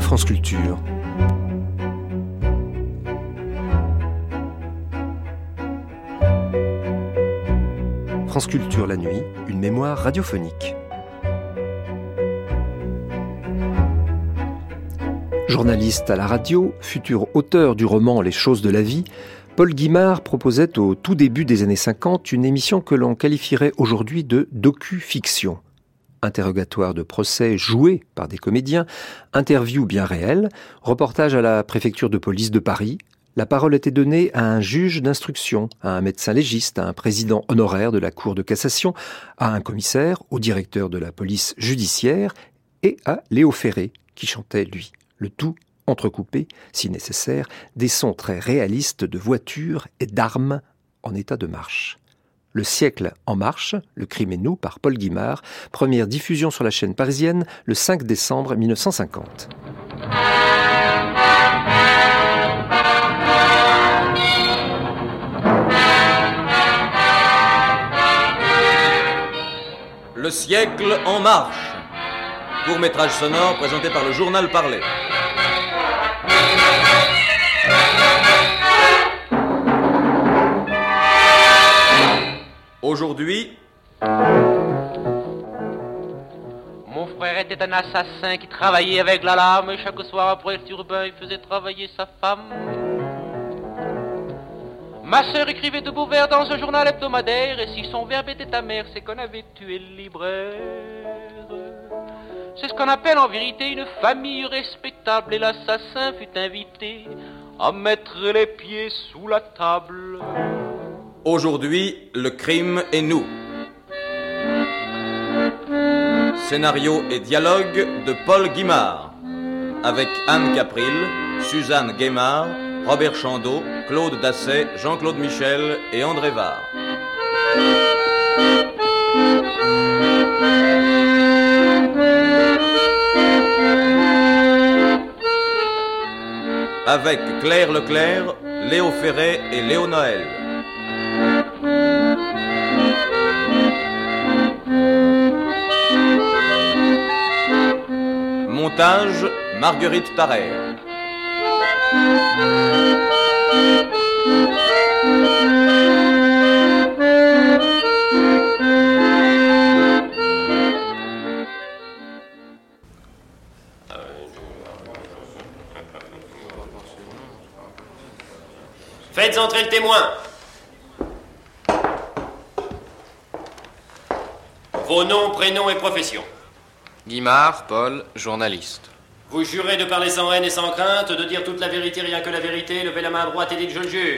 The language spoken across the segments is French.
France Culture. France Culture la nuit, une mémoire radiophonique. Journaliste à la radio, futur auteur du roman Les choses de la vie, Paul Guimard proposait au tout début des années 50 une émission que l'on qualifierait aujourd'hui de docu-fiction. Interrogatoire de procès joué par des comédiens, interview bien réelle, reportage à la préfecture de police de Paris. La parole était donnée à un juge d'instruction, à un médecin légiste, à un président honoraire de la Cour de cassation, à un commissaire, au directeur de la police judiciaire et à Léo Ferré, qui chantait, lui, le tout entrecoupé, si nécessaire, des sons très réalistes de voitures et d'armes en état de marche. Le siècle en marche, le crime et nous, par Paul Guimard, première diffusion sur la chaîne parisienne le 5 décembre 1950. Le siècle en marche. Court-métrage sonore présenté par le Journal Parlé. Aujourd'hui... Mon frère était un assassin qui travaillait avec la lame et chaque soir après le turbin, il faisait travailler sa femme. Ma sœur écrivait de beaux vers dans un journal hebdomadaire et si son verbe était amer, c'est qu'on avait tué le libraire. C'est ce qu'on appelle en vérité une famille respectable et l'assassin fut invité à mettre les pieds sous la table. Aujourd'hui, le crime et nous. Scénario et dialogue de Paul Guimard, avec Anne Capril, Suzanne Guémard, Robert Chandeau, Claude Dasset, Jean-Claude Michel et André Var. Avec Claire Leclerc, Léo Ferré et Léo Noël. Montage, Marguerite Tarrer. Faites entrer le témoin. Vos noms, prénoms et professions. Guimard, Paul, journaliste. Vous jurez de parler sans haine et sans crainte, de dire toute la vérité, rien que la vérité, levez la main droite et dites « je le jure ».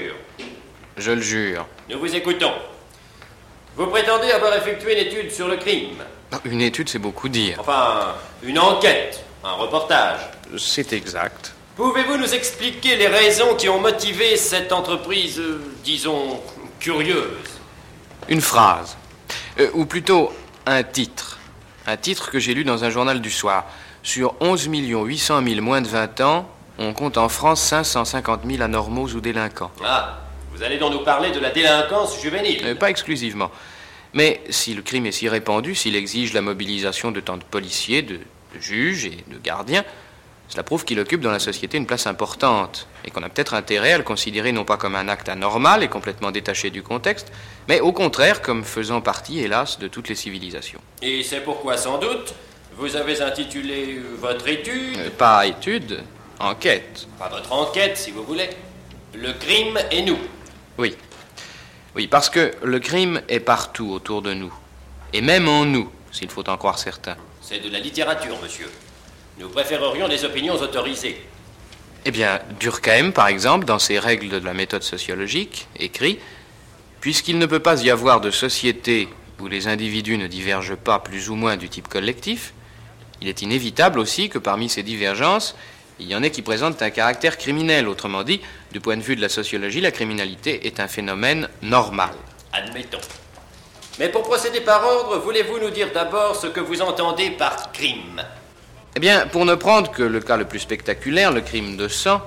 Je le jure. Nous vous écoutons. Vous prétendez avoir effectué une étude sur le crime. Une étude, c'est beaucoup dire. Enfin, une enquête, un reportage. C'est exact. Pouvez-vous nous expliquer les raisons qui ont motivé cette entreprise, disons, curieuse ? Une phrase. Ou plutôt, un titre. Un titre que j'ai lu dans un journal du soir. Sur 11 800 000 moins de 20 ans, on compte en France 550 000 anormaux ou délinquants. Ah, vous allez donc nous parler de la délinquance juvénile. Pas exclusivement. Mais si le crime est si répandu, s'il exige la mobilisation de tant de policiers, de juges et de gardiens, cela prouve qu'il occupe dans la société une place importante et qu'on a peut-être intérêt à le considérer non pas comme un acte anormal et complètement détaché du contexte, mais au contraire comme faisant partie, hélas, de toutes les civilisations. Et c'est pourquoi, sans doute, vous avez intitulé votre étude... Pas étude, enquête. Pas votre enquête, si vous voulez. Le crime et nous. Oui. Oui, parce que le crime est partout autour de nous. Et même en nous, s'il faut en croire certains. C'est de la littérature, monsieur. Nous préférerions des opinions autorisées. Eh bien, Durkheim, par exemple, dans ses règles de la méthode sociologique, écrit « Puisqu'il ne peut pas y avoir de société où les individus ne divergent pas plus ou moins du type collectif, il est inévitable aussi que parmi ces divergences, il y en ait qui présentent un caractère criminel. Autrement dit, du point de vue de la sociologie, la criminalité est un phénomène normal. » Admettons. Mais pour procéder par ordre, voulez-vous nous dire d'abord ce que vous entendez par crime ? Eh bien, pour ne prendre que le cas le plus spectaculaire, le crime de sang,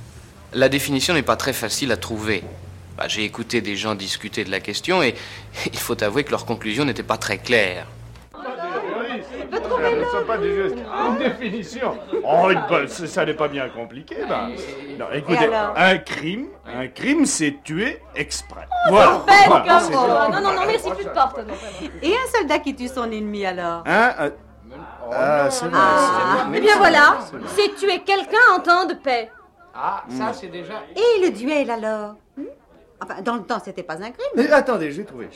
la définition n'est pas très facile à trouver. J'ai écouté des gens discuter de la question et il faut avouer que leurs conclusions n'étaient pas très claires. Votre vélo, soit pas juste une définition. Oh, ça n'est pas bien compliqué, ben. Non, écoutez, un crime, c'est tuer exprès. Voilà. Non, merci, plus de porte. Et un soldat qui tue son ennemi, alors? C'est vrai. Eh bien voilà, c'est tuer quelqu'un en temps de paix. Ah, ça c'est déjà... Et le duel, alors? Enfin, dans le temps, c'était pas un crime. Mais attendez, j'ai trouvé.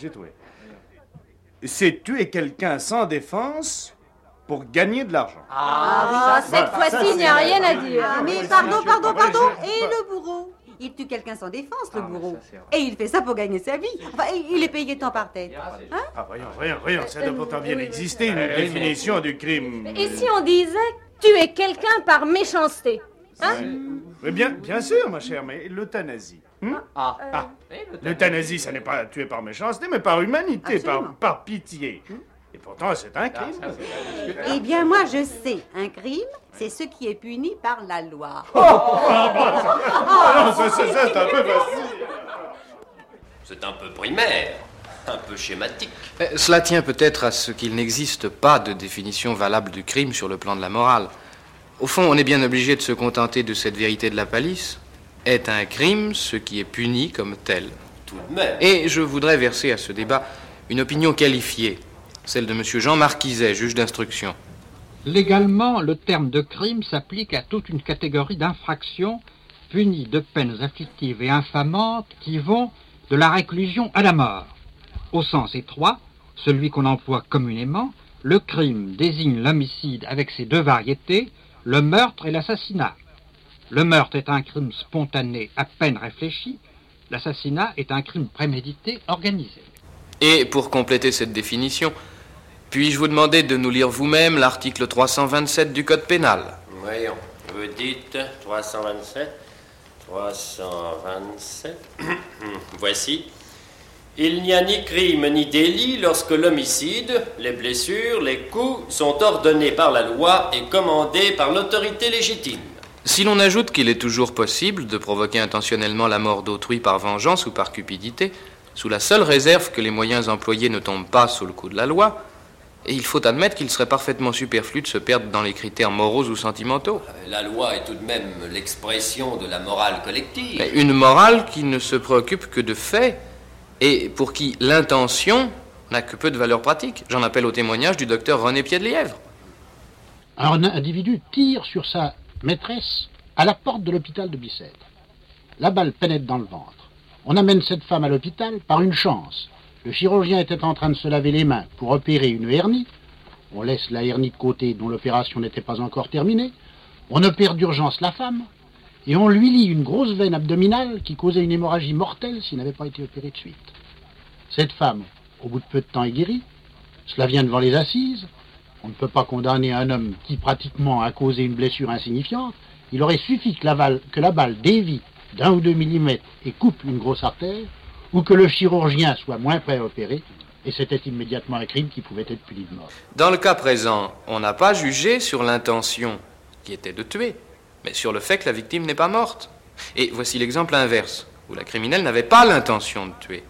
C'est tuer quelqu'un sans défense pour gagner de l'argent. Cette fois-ci, il n'y a rien à dire. Mais pardon. Et le bourreau? Il tue quelqu'un sans défense, le bourreau. Et il fait ça pour gagner sa vie. Enfin, il est payé tant par tête. Voyons, ça doit pourtant bien exister, une définition du crime. Et si on disait tuer quelqu'un par méchanceté? Mais bien sûr, ma chère, mais l'euthanasie. L'euthanasie, ça n'est pas tuer par méchanceté, mais par humanité, par pitié. Et pourtant, c'est un crime. Eh bien, moi, je sais, un crime, c'est ce qui est puni par la loi. Non, ça, c'est un peu facile. C'est un peu primaire, un peu schématique. Cela tient peut-être à ce qu'il n'existe pas de définition valable du crime sur le plan de la morale. Au fond, on est bien obligé de se contenter de cette vérité de la palisse. Est un crime ce qui est puni comme tel. Tout de même. Et je voudrais verser à ce débat une opinion qualifiée, celle de M. Jean Marquiset, juge d'instruction. Légalement, le terme de crime s'applique à toute une catégorie d'infractions punies de peines afflictives et infamantes qui vont de la réclusion à la mort. Au sens étroit, celui qu'on emploie communément, le crime désigne l'homicide avec ses deux variétés, le meurtre et l'assassinat. Le meurtre est un crime spontané, à peine réfléchi. L'assassinat est un crime prémédité, organisé. Et pour compléter cette définition, puis-je vous demander de nous lire vous-même l'article 327 du Code pénal? Voyons, vous dites 327. Voici. Il n'y a ni crime ni délit lorsque l'homicide, les blessures, les coups sont ordonnés par la loi et commandés par l'autorité légitime. Si l'on ajoute qu'il est toujours possible de provoquer intentionnellement la mort d'autrui par vengeance ou par cupidité, sous la seule réserve que les moyens employés ne tombent pas sous le coup de la loi, et il faut admettre qu'il serait parfaitement superflu de se perdre dans les critères moraux ou sentimentaux. La loi est tout de même l'expression de la morale collective. Mais une morale qui ne se préoccupe que de faits, et pour qui l'intention n'a que peu de valeur pratique. J'en appelle au témoignage du docteur René Piedlièvre. Alors un individu tire sur sa maîtresse à la porte de l'hôpital de Bicêtre. La balle pénètre dans le ventre. On amène cette femme à l'hôpital par une chance. Le chirurgien était en train de se laver les mains pour opérer une hernie. On laisse la hernie de côté dont l'opération n'était pas encore terminée. On opère d'urgence la femme et on lui lie une grosse veine abdominale qui causait une hémorragie mortelle s'il n'avait pas été opéré de suite. Cette femme, au bout de peu de temps, est guérie. Cela vient devant les assises. On ne peut pas condamner un homme qui pratiquement a causé une blessure insignifiante. Il aurait suffi que la balle dévie d'1 ou 2 millimètres et coupe une grosse artère, ou que le chirurgien soit moins prêt à opérer, et c'était immédiatement un crime qui pouvait être puni de mort. Dans le cas présent, on n'a pas jugé sur l'intention, qui était de tuer, mais sur le fait que la victime n'est pas morte. Et voici l'exemple inverse, où la criminelle n'avait pas l'intention de tuer.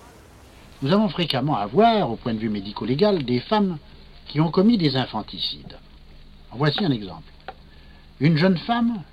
Nous avons fréquemment à voir, au point de vue médico-légal, des femmes qui ont commis des infanticides. Voici un exemple. Une jeune femme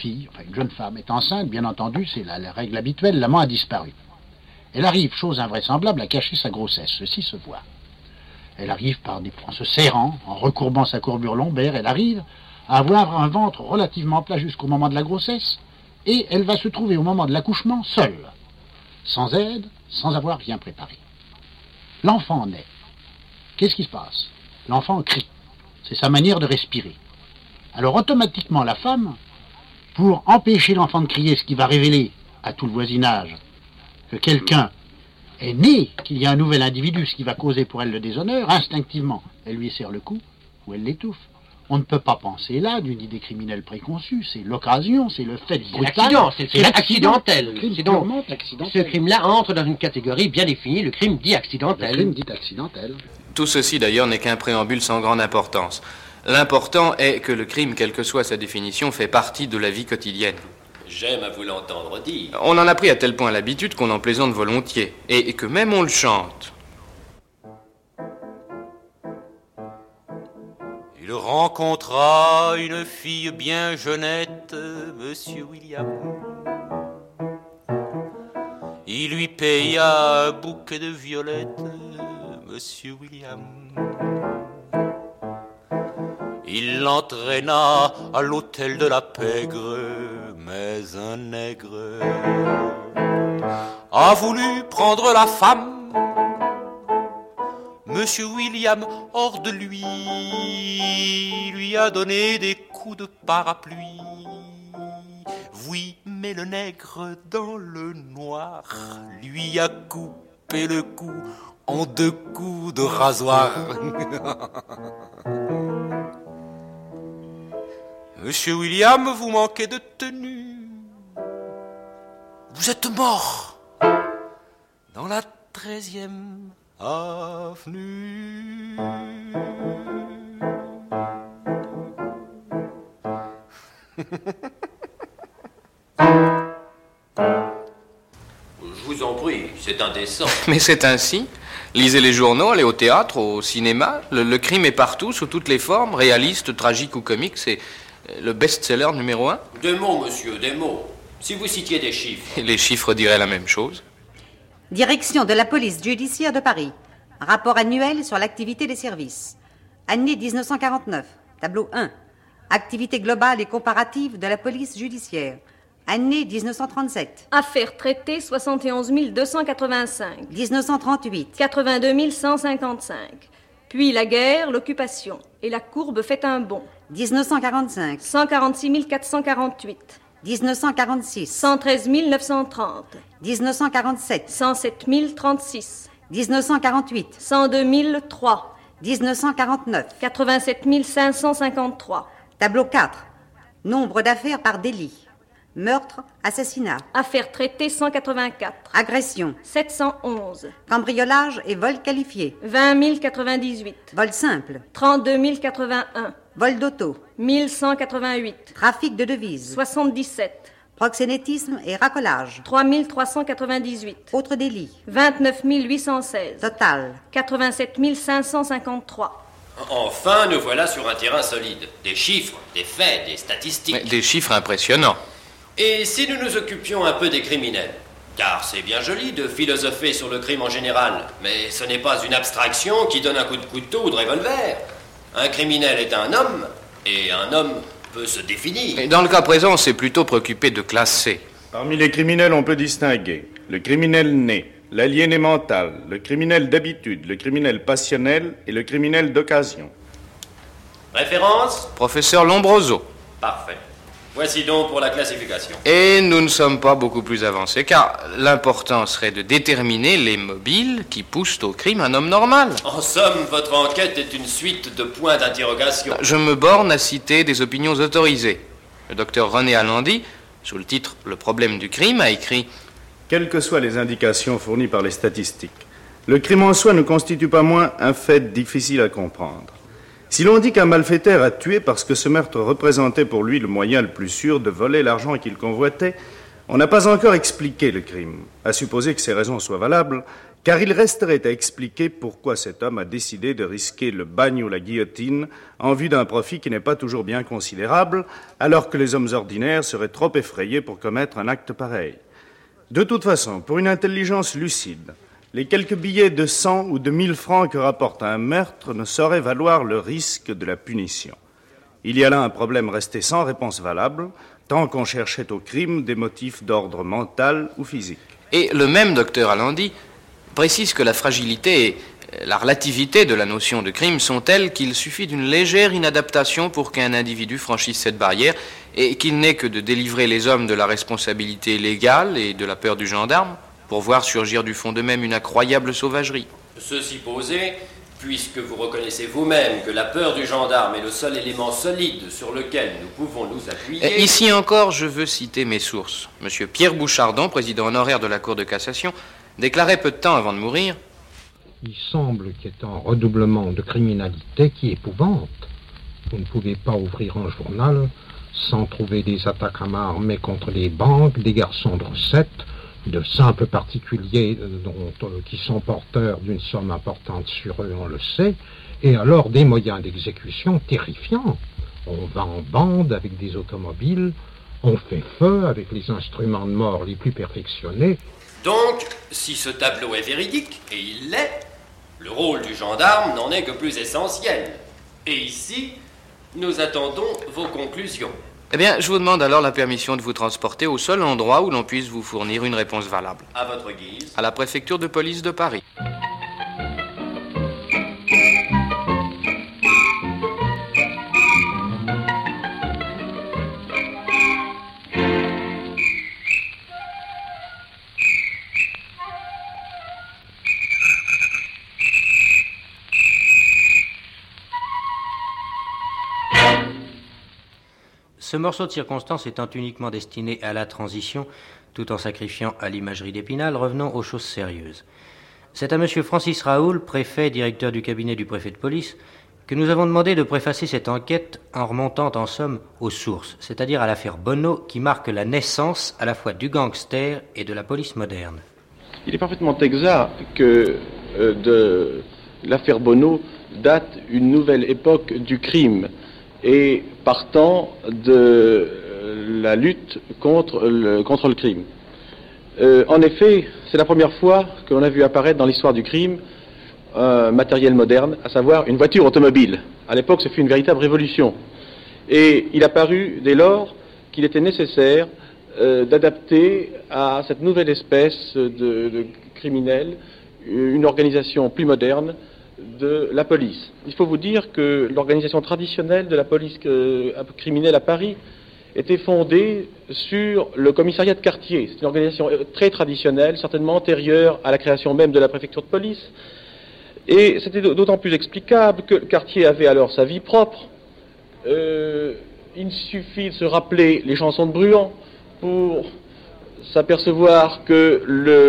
est enceinte, bien entendu, c'est la règle habituelle, l'amant a disparu. Elle arrive, chose invraisemblable, à cacher sa grossesse, ceci se voit. Elle arrive en se serrant, en recourbant sa courbure lombaire, elle arrive à avoir un ventre relativement plat jusqu'au moment de la grossesse, et elle va se trouver au moment de l'accouchement seule, sans aide, sans avoir rien préparé. L'enfant naît. Qu'est-ce qui se passe? L'enfant crie. C'est sa manière de respirer. Alors automatiquement la femme, pour empêcher l'enfant de crier, ce qui va révéler à tout le voisinage que quelqu'un est né, qu'il y a un nouvel individu, ce qui va causer pour elle le déshonneur, instinctivement, elle lui serre le cou ou elle l'étouffe. On ne peut pas penser là d'une idée criminelle préconçue, c'est l'occasion, c'est le fait brutal. C'est accidentel. accidentel. Ce crime-là entre dans une catégorie bien définie, le crime dit accidentel. Le crime dit accidentel. Tout ceci d'ailleurs n'est qu'un préambule sans grande importance. L'important est que le crime, quelle que soit sa définition, fait partie de la vie quotidienne. J'aime à vous l'entendre dire. On en a pris à tel point l'habitude qu'on en plaisante volontiers, et que même on le chante. Il Il rencontra une fille bien jeunette, Monsieur William. Il lui paya un bouquet de violettes, Monsieur William. Il l'entraîna à l'hôtel de la Pègre, mais un nègre a voulu prendre la femme. Monsieur William, hors de lui a donné des coups de parapluie. Oui, mais le nègre dans le noir lui a coupé le cou en 2 coups de rasoir. Monsieur William, vous manquez de tenue. Vous êtes mort dans la 13e avenue. Je vous en prie, c'est indécent. Mais c'est ainsi. Lisez les journaux, allez au théâtre, au cinéma. Le crime est partout, sous toutes les formes, réaliste, tragique ou comique. C'est le best-seller numéro 1. Des mots, monsieur, des mots. Si vous citiez des chiffres. Et les chiffres diraient la même chose. Direction de la police judiciaire de Paris. Rapport annuel sur l'activité des services. Année 1949. Tableau 1. Activité globale et comparative de la police judiciaire. Année 1937. Affaires traitées 71 285. 1938. 82 155. Puis la guerre, l'occupation. Et la courbe fait un bond. 1945. 146 448. 1946. 113 930. 1947. 107 036. 1948. 102 003. 1949. 87 553. Tableau 4. Nombre d'affaires par délit. Meurtre, assassinat. Affaires traitées 184. Agression. 711. Cambriolage et vol qualifié. 20 098. Vol simple. 32 081. Vol d'auto. 1188. Trafic de devises. 77. Proxénétisme et racolage. 3 398. Autres délits. 29 816. Total. 87 553. Enfin, nous voilà sur un terrain solide. Des chiffres, des faits, des statistiques. Mais des chiffres impressionnants. Et si nous nous occupions un peu des criminels? Car c'est bien joli de philosopher sur le crime en général, mais ce n'est pas une abstraction qui donne un coup de couteau ou de revolver. Un criminel est un homme, et un homme peut se définir. Et dans le cas présent, on s'est plutôt préoccupé de classer. Parmi les criminels, on peut distinguer le criminel né, l'aliéné mental, le criminel d'habitude, le criminel passionnel et le criminel d'occasion. Référence? Professeur Lombroso. Parfait. Voici donc pour la classification. Et nous ne sommes pas beaucoup plus avancés, car l'important serait de déterminer les mobiles qui poussent au crime un homme normal. En somme, votre enquête est une suite de points d'interrogation. Je me borne à citer des opinions autorisées. Le docteur René Allendy, sous le titre « Le problème du crime », a écrit « Quelles que soient les indications fournies par les statistiques, le crime en soi ne constitue pas moins un fait difficile à comprendre. Si l'on dit qu'un malfaiteur a tué parce que ce meurtre représentait pour lui le moyen le plus sûr de voler l'argent qu'il convoitait, on n'a pas encore expliqué le crime, à supposer que ces raisons soient valables, car il resterait à expliquer pourquoi cet homme a décidé de risquer le bagne ou la guillotine en vue d'un profit qui n'est pas toujours bien considérable, alors que les hommes ordinaires seraient trop effrayés pour commettre un acte pareil. De toute façon, pour une intelligence lucide, les quelques billets de 100 ou de 1000 francs que rapporte un meurtre ne sauraient valoir le risque de la punition. Il y a là un problème resté sans réponse valable, tant qu'on cherchait au crime des motifs d'ordre mental ou physique. Et le même docteur Allendy précise que la fragilité et la relativité de la notion de crime sont telles qu'il suffit d'une légère inadaptation pour qu'un individu franchisse cette barrière et qu'il n'ait que de délivrer les hommes de la responsabilité légale et de la peur du gendarme pour voir surgir du fond d'eux-mêmes une incroyable sauvagerie. Ceci posé, puisque vous reconnaissez vous-même que la peur du gendarme est le seul élément solide sur lequel nous pouvons nous appuyer... Ici encore, je veux citer mes sources. Monsieur Pierre Bouchardon, président honoraire de la Cour de cassation, déclarait peu de temps avant de mourir: il semble qu'il y ait un redoublement de criminalité qui épouvante. Vous ne pouvez pas ouvrir un journal sans trouver des attaques à main armée contre les banques, des garçons de recette, de simples particuliers qui sont porteurs d'une somme importante sur eux, on le sait, Et alors des moyens d'exécution terrifiants. On va en bande avec des automobiles, on fait feu avec les instruments de mort les plus perfectionnés. Donc, si ce tableau est véridique, et il l'est, le rôle du gendarme n'en est que plus essentiel. Et ici, nous attendons vos conclusions. Eh bien, je vous demande alors la permission de vous transporter au seul endroit où l'on puisse vous fournir une réponse valable. À votre guise. À la préfecture de police de Paris. Ce morceau de circonstance étant uniquement destiné à la transition, tout en sacrifiant à l'imagerie d'Épinal, revenons aux choses sérieuses. C'est à M. Francis Raoul, préfet, directeur du cabinet du préfet de police, que nous avons demandé de préfacer cette enquête en remontant en somme aux sources, c'est-à-dire à l'affaire Bonneau qui marque la naissance à la fois du gangster et de la police moderne. Il est parfaitement exact que de l'affaire Bonneau date une nouvelle époque du crime et partant de la lutte contre le crime. En effet, c'est la première fois que l'on a vu apparaître dans l'histoire du crime un matériel moderne, à savoir une voiture automobile. À l'époque, ce fut une véritable révolution. Et il a paru dès lors qu'il était nécessaire d'adapter à cette nouvelle espèce de criminels une organisation plus moderne de la police. Il faut vous dire que l'organisation traditionnelle de la police criminelle à Paris était fondée sur le commissariat de quartier. C'est une organisation très traditionnelle, certainement antérieure à la création même de la préfecture de police. Et c'était d'autant plus explicable que le quartier avait alors sa vie propre. Il suffit de se rappeler les chansons de Bruant pour s'apercevoir que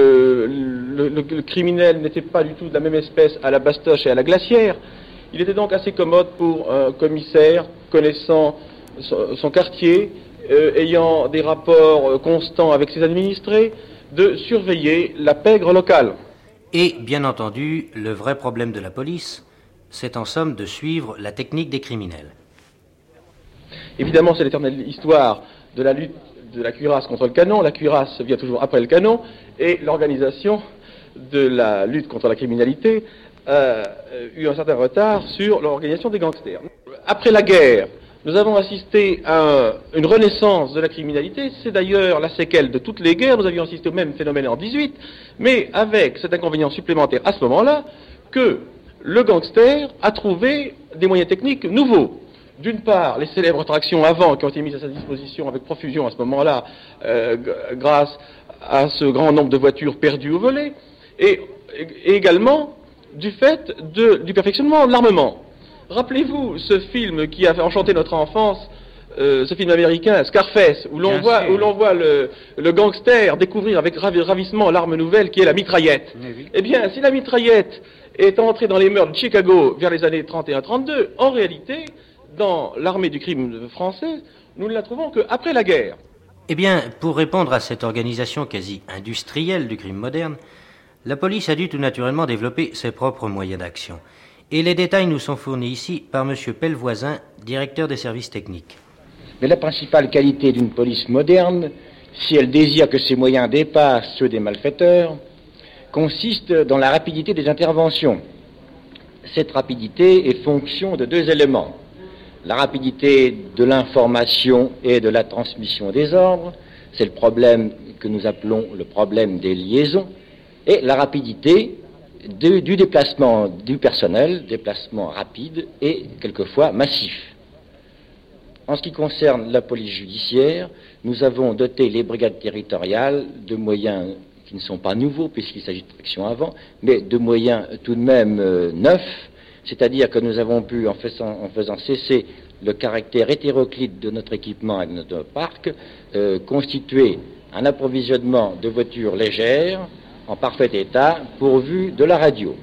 le criminel n'était pas du tout de la même espèce à la Bastoche et à la Glacière. Il était donc assez commode pour un commissaire connaissant son quartier, ayant des rapports constants avec ses administrés, de surveiller la pègre locale. Et, bien entendu, le vrai problème de la police, c'est en somme de suivre la technique des criminels. Évidemment, c'est l'éternelle histoire de la lutte de la cuirasse contre le canon. La cuirasse vient toujours après le canon, et l'organisation de la lutte contre la criminalité a eu un certain retard sur l'organisation des gangsters. Après la guerre, nous avons assisté à une renaissance de la criminalité. C'est d'ailleurs la séquelle de toutes les guerres. Nous avions assisté au même phénomène en 18, mais avec cet inconvénient supplémentaire à ce moment-là, que le gangster a trouvé des moyens techniques nouveaux. D'une part, les célèbres tractions avant qui ont été mises à sa disposition avec profusion à ce moment-là, grâce à ce grand nombre de voitures perdues au volet, et également du fait du perfectionnement de l'armement. Rappelez-vous ce film qui a fait enchanter notre enfance, ce film américain, Scarface, où l'on voit le gangster découvrir avec ravissement l'arme nouvelle qui est la mitraillette. Oui. Eh bien, si la mitraillette est entrée dans les mœurs de Chicago vers les années 31-32, en réalité, dans l'armée du crime français, nous ne la trouvons qu'après la guerre. Eh bien, pour répondre à cette organisation quasi industrielle du crime moderne, la police a dû tout naturellement développer ses propres moyens d'action. Et les détails nous sont fournis ici par M. Pellevoisin, directeur des services techniques. Mais la principale qualité d'une police moderne, si elle désire que ses moyens dépassent ceux des malfaiteurs, consiste dans la rapidité des interventions. Cette rapidité est fonction de deux éléments. La rapidité de l'information et de la transmission des ordres, c'est le problème que nous appelons le problème des liaisons, et la rapidité du déplacement du personnel, déplacement rapide et quelquefois massif. En ce qui concerne la police judiciaire, nous avons doté les brigades territoriales de moyens qui ne sont pas nouveaux puisqu'il s'agit de traction avant, mais de moyens tout de même neufs. C'est-à-dire que nous avons pu, en faisant cesser le caractère hétéroclite de notre équipement et de notre parc, constituer un approvisionnement de voitures légères, en parfait état, pourvues de la radio.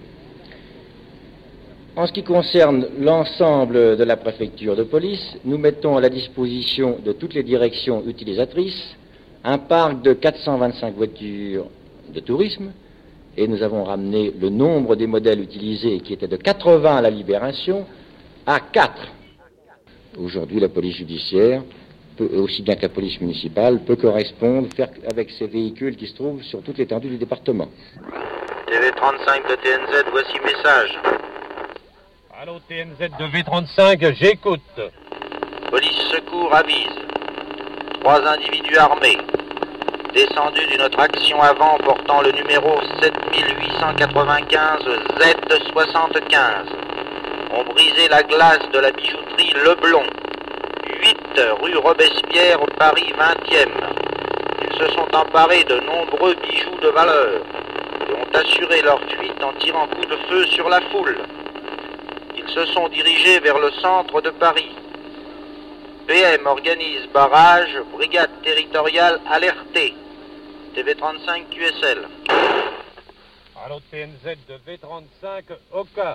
En ce qui concerne l'ensemble de la préfecture de police, nous mettons à la disposition de toutes les directions utilisatrices un parc de 425 voitures de tourisme et nous avons ramené le nombre des modèles utilisés, qui était de 80 à la Libération, à 4. Aujourd'hui, la police judiciaire, aussi bien que la police municipale, peut correspondre avec ces véhicules qui se trouvent sur toute l'étendue du département. TV35 de TNZ, voici message. Allô, TNZ de V35, j'écoute. Police secours avise. 3 individus armés, descendus d'une autre action avant portant le numéro 7895 Z75, ont brisé la glace de la bijouterie Leblon, 8 rue Robespierre, Paris 20e. Ils se sont emparés de nombreux bijoux de valeur et ont assuré leur fuite en tirant coup de feu sur la foule. Ils se sont dirigés vers le centre de Paris. PM organise barrage, brigade territoriale alertée. TV35 QSL. Allô, TNZ de V35, Oka.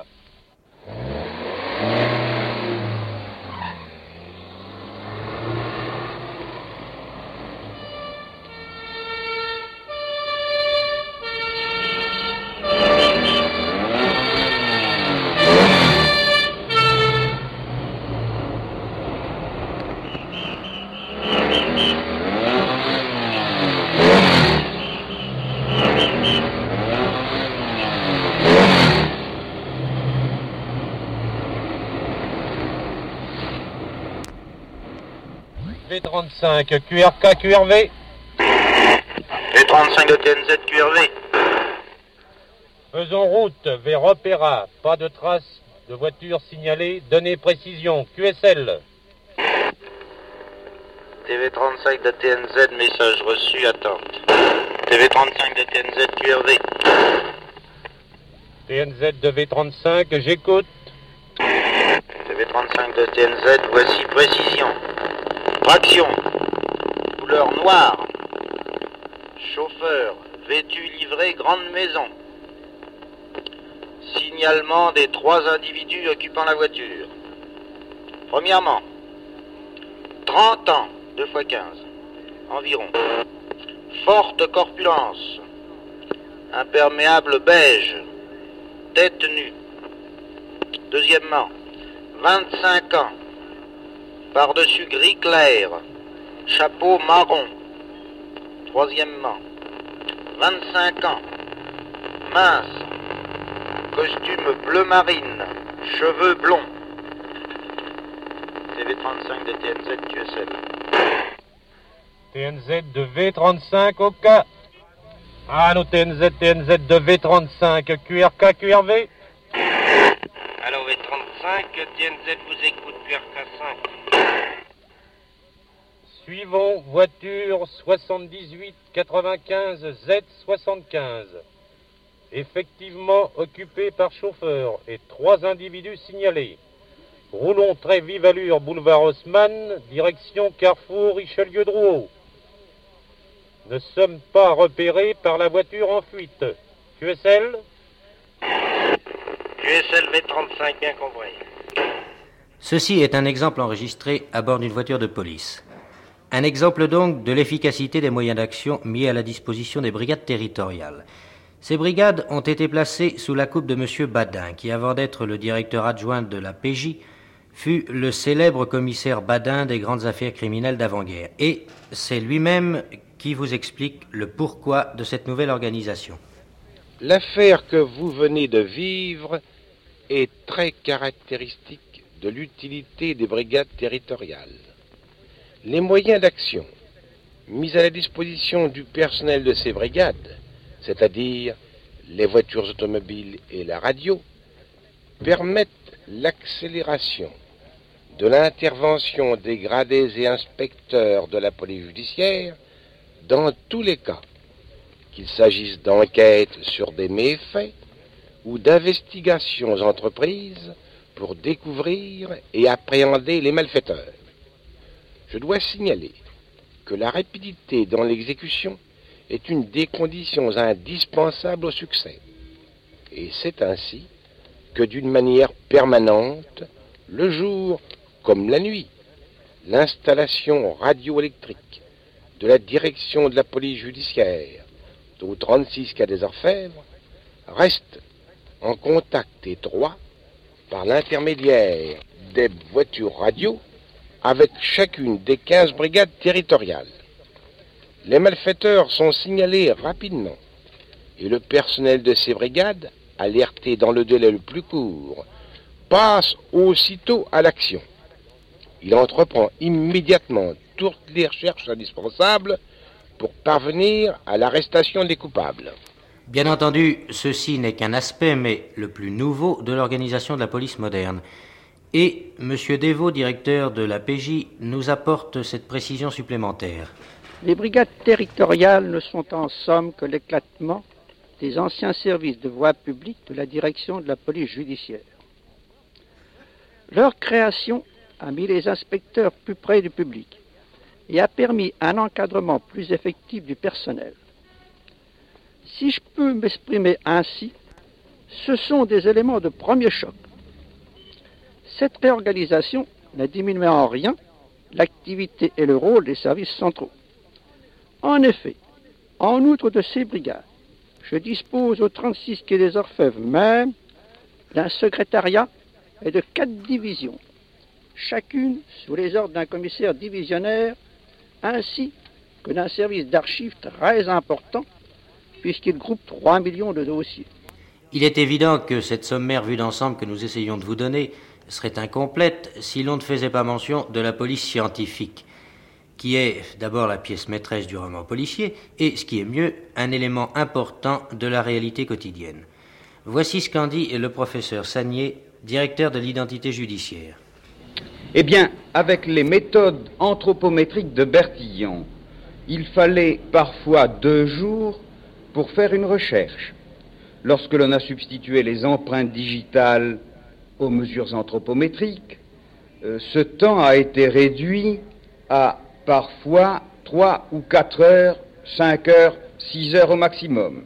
V35, QRK, QRV. V35 de TNZ, QRV. Faisons route vers Opéra. Pas de traces de voiture signalée. Donnez précision. QSL. TV35 de TNZ, message reçu, attente. TV35 de TNZ, QRV. TNZ de V35, j'écoute. TV35 de TNZ, voici précision. Traction. Couleur noire. Chauffeur, vêtu livré, grande maison. Signalement des 3 individus occupant la voiture. Premièrement, 30 ans, 2 x 15, environ. Forte corpulence. Imperméable beige. Tête nue. Deuxièmement, 25 ans. Par-dessus gris clair. Chapeau marron. Troisièmement, 25 ans. Mince. Costume bleu marine. Cheveux blonds. TV35 de TNZ QSL. TNZ de V35 au cas. Allô, TNZ de V35, QRK, QRV. Allô, V35, TNZ vous écoute, QRK 5. Suivons, voiture 7895 Z75. Effectivement occupée par chauffeur et 3 individus signalés. Roulons très vive allure, boulevard Haussmann, direction Carrefour Richelieu-Drouot. Ne sommes pas repérés par la voiture en fuite. QSL. QSL V35, bien compris. Ceci est un exemple enregistré à bord d'une voiture de police. Un exemple donc de l'efficacité des moyens d'action mis à la disposition des brigades territoriales. Ces brigades ont été placées sous la coupe de M. Badin, qui avant d'être le directeur adjoint de la PJ, fut le célèbre commissaire Badin des grandes affaires criminelles d'avant-guerre. Et c'est lui-même qui vous explique le pourquoi de cette nouvelle organisation. L'affaire que vous venez de vivre est très caractéristique de l'utilité des brigades territoriales. Les moyens d'action mis à la disposition du personnel de ces brigades, c'est-à-dire les voitures automobiles et la radio, permettent l'accélération de l'intervention des gradés et inspecteurs de la police judiciaire dans tous les cas, qu'il s'agisse d'enquêtes sur des méfaits ou d'investigations entreprises pour découvrir et appréhender les malfaiteurs. Je dois signaler que la rapidité dans l'exécution est une des conditions indispensables au succès. Et c'est ainsi que d'une manière permanente, le jour comme la nuit, l'installation radioélectrique de la direction de la police judiciaire au 36 quai des Orfèvres restent en contact étroit par l'intermédiaire des voitures radio avec chacune des 15 brigades territoriales. Les malfaiteurs sont signalés rapidement et le personnel de ces brigades, alerté dans le délai le plus court, passe aussitôt à l'action. Il entreprend immédiatement toutes les recherches indispensables pour parvenir à l'arrestation des coupables. Bien entendu, ceci n'est qu'un aspect, mais le plus nouveau, de l'organisation de la police moderne. Et M. Devaux, directeur de la PJ, nous apporte cette précision supplémentaire. Les brigades territoriales ne sont en somme que l'éclatement des anciens services de voie publique de la direction de la police judiciaire. Leur création a mis les inspecteurs plus près du public et a permis un encadrement plus effectif du personnel. Si je peux m'exprimer ainsi, ce sont des éléments de premier choc. Cette réorganisation n'a diminué en rien l'activité et le rôle des services centraux. En effet, en outre de ces brigades, je dispose au 36 quai des Orfèvres même d'un secrétariat et de 4 divisions, chacune sous les ordres d'un commissaire divisionnaire, ainsi que d'un service d'archives très important, puisqu'il groupe 3 millions de dossiers. Il est évident que cette sommaire vue d'ensemble que nous essayons de vous donner serait incomplète si l'on ne faisait pas mention de la police scientifique, qui est d'abord la pièce maîtresse du roman policier et, ce qui est mieux, un élément important de la réalité quotidienne. Voici ce qu'en dit le professeur Sagnier, directeur de l'identité judiciaire. Eh bien, avec les méthodes anthropométriques de Bertillon, il fallait parfois 2 jours pour faire une recherche. Lorsque l'on a substitué les empreintes digitales aux mesures anthropométriques, ce temps a été réduit à parfois 3 ou 4 heures, 5 heures, 6 heures au maximum.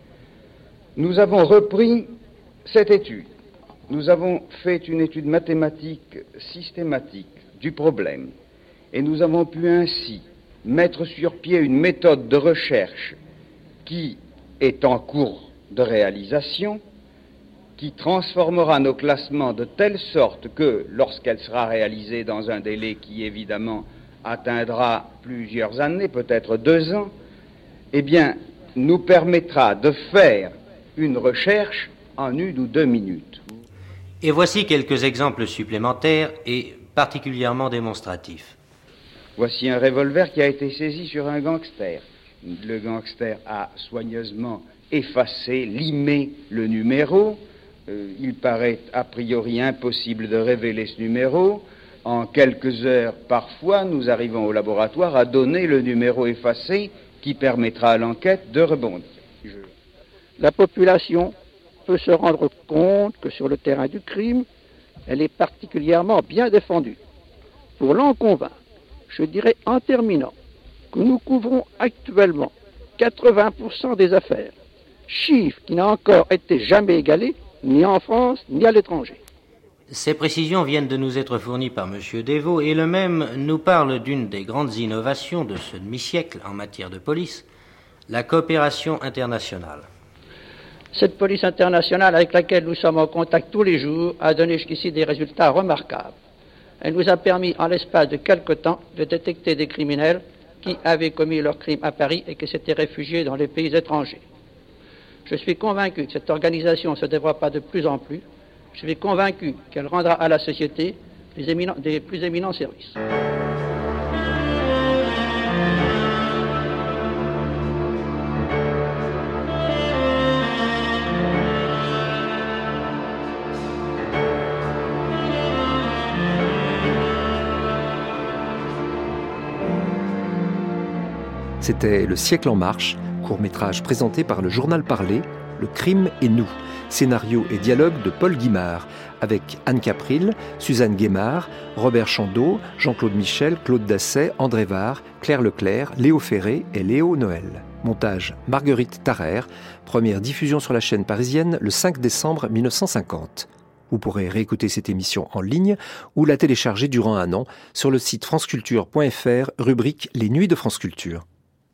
Nous avons repris cette étude. Nous avons fait une étude mathématique systématique du problème et nous avons pu ainsi mettre sur pied une méthode de recherche qui est en cours de réalisation, qui transformera nos classements de telle sorte que, lorsqu'elle sera réalisée dans un délai qui évidemment atteindra plusieurs années, peut-être 2 ans, eh bien, nous permettra de faire une recherche en 1 ou 2 minutes. Et voici quelques exemples supplémentaires et particulièrement démonstratifs. Voici un revolver qui a été saisi sur un gangster. Le gangster a soigneusement effacé, limé le numéro. Il paraît a priori impossible de révéler ce numéro. En quelques heures, parfois, nous arrivons au laboratoire à donner le numéro effacé qui permettra à l'enquête de rebondir. La population peut se rendre compte que sur le terrain du crime, elle est particulièrement bien défendue. Pour l'en convaincre, je dirais en terminant que nous couvrons actuellement 80% des affaires, chiffre qui n'a encore été jamais égalé ni en France ni à l'étranger. Ces précisions viennent de nous être fournies par M. Devaux et le même nous parle d'une des grandes innovations de ce demi-siècle en matière de police, la coopération internationale. Cette police internationale avec laquelle nous sommes en contact tous les jours a donné jusqu'ici des résultats remarquables. Elle nous a permis en l'espace de quelque temps de détecter des criminels qui avaient commis leurs crimes à Paris et qui s'étaient réfugiés dans les pays étrangers. Je suis convaincu que cette organisation se développera de plus en plus. Je suis convaincu qu'elle rendra à la société des plus éminents services. C'était Le siècle en marche, court-métrage présenté par le journal Parlé, Le crime et nous. Scénario et dialogue de Paul Guimard, avec Anne Capril, Suzanne Guémard, Robert Chandeau, Jean-Claude Michel, Claude Dasset, André Var, Claire Leclerc, Léo Ferré et Léo Noël. Montage Marguerite Tarrer, première diffusion sur la chaîne parisienne le 5 décembre 1950. Vous pourrez réécouter cette émission en ligne ou la télécharger durant 1 an sur le site franceculture.fr, rubrique Les Nuits de France Culture.